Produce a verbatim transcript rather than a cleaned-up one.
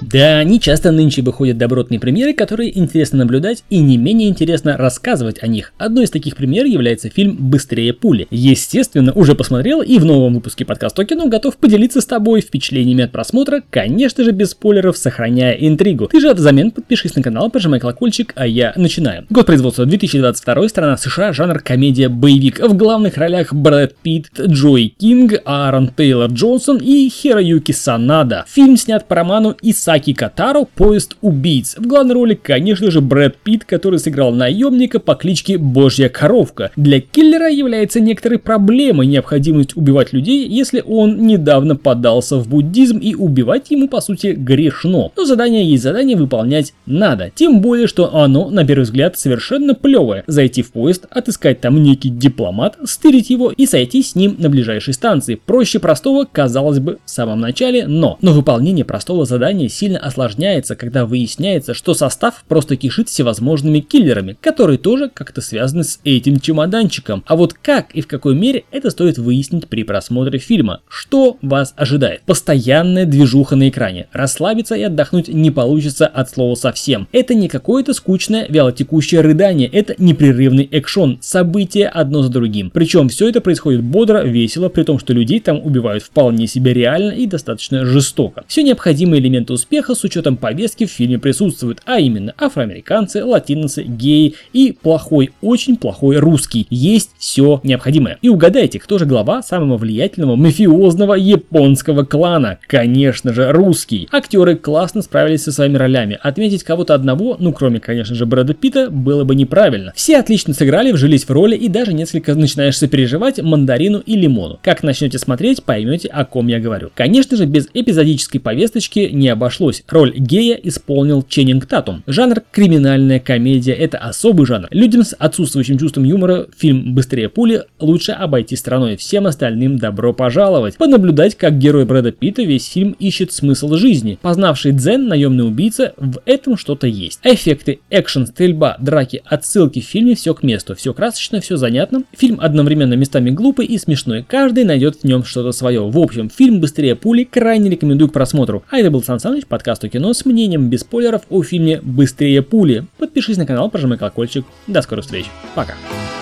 Да, не часто нынче выходят добротные примеры, которые интересно наблюдать и не менее интересно рассказывать о них. Одной из таких примеров является фильм «Быстрее пули». Естественно, уже посмотрел и в новом выпуске подкаста о кино готов поделиться с тобой впечатлениями от просмотра, конечно же без спойлеров, сохраняя интригу. Ты же взамен подпишись на канал, прожимай колокольчик, а я начинаю. Год производства две тысячи двадцать второй, страна США, жанр комедия-боевик. В главных ролях Брэд Питт, Джои Кинг, Аарон Тейлор Джонсон и Хироюки Санада. Фильм снят по роману Исаки Катаро «Поезд убийц». В главной роли, конечно же, Брэд Питт, который сыграл наемника по кличке Божья Коровка. Для киллера является некоторой проблемой необходимость убивать людей, если он недавно поддался в буддизм, и убивать ему, по сути, грешно. Но задание есть задание, выполнять надо. Тем более, что оно, на первый взгляд, совершенно плевое. Зайти в поезд, отыскать там некий дипломат, стырить его и сойти с ним на ближайшей станции. Проще простого, казалось бы, в самом начале, но. Но выполнение простого задания сильно осложняется, когда выясняется, что состав просто кишит всевозможными киллерами, которые тоже как-то связаны с этим чемоданчиком. А вот как и в какой мере, это стоит выяснить при просмотре фильма. Что вас ожидает? Постоянная движуха на экране. Расслабиться и отдохнуть не получится от слова совсем. Это не какое-то скучное, вялотекущее рыдание, это непрерывный экшон, события одно за другим. Причем все это происходит бодро, весело, при том, что людей там убивают вполне себе реально и достаточно жестоко. Все необходимые элементы успеха с учетом повестки в фильме присутствуют, а именно афроамериканцы, латиносы, геи и плохой, очень плохой русский. Есть все необходимое. И угадайте, кто же глава самого влиятельного мафиозного японского клана? Конечно же, русский. Актеры классно справились со своими ролями. Отметить кого-то одного, ну кроме, конечно же, Брэда Питта, было бы неправильно. Все отлично сыграли, вжились в роли и даже несколько начинаешь сопереживать Мандарину и Лимону. Как начнете смотреть, поймете, о ком я говорю. Конечно же, без эпизодической повесточки не обошлось. Роль гея исполнил Ченнинг Татум. Жанр криминальная комедия — это особый жанр. Людям с отсутствующим чувством юмора фильм «Быстрее пули» лучше обойти стороной. Всем остальным добро пожаловать. Понаблюдать, как герой Брэда Питта весь фильм ищет смысл жизни. Познавший дзен, наемный убийца, в этом что-то есть. Эффекты, экшен, стрельба, драки, отсылки в фильме — все к месту. Все красочно, все занятно. Фильм одновременно местами глупый и смешной. Каждый найдет в нем что-то свое. В общем, фильм «Быстрее пули» крайне рекомендую к просмотру. А это был Сан Саныч, подкаст о кино с мнением без спойлеров о фильме «Быстрее пули». Подпишись на канал, прожимай колокольчик. До скорых встреч. Пока.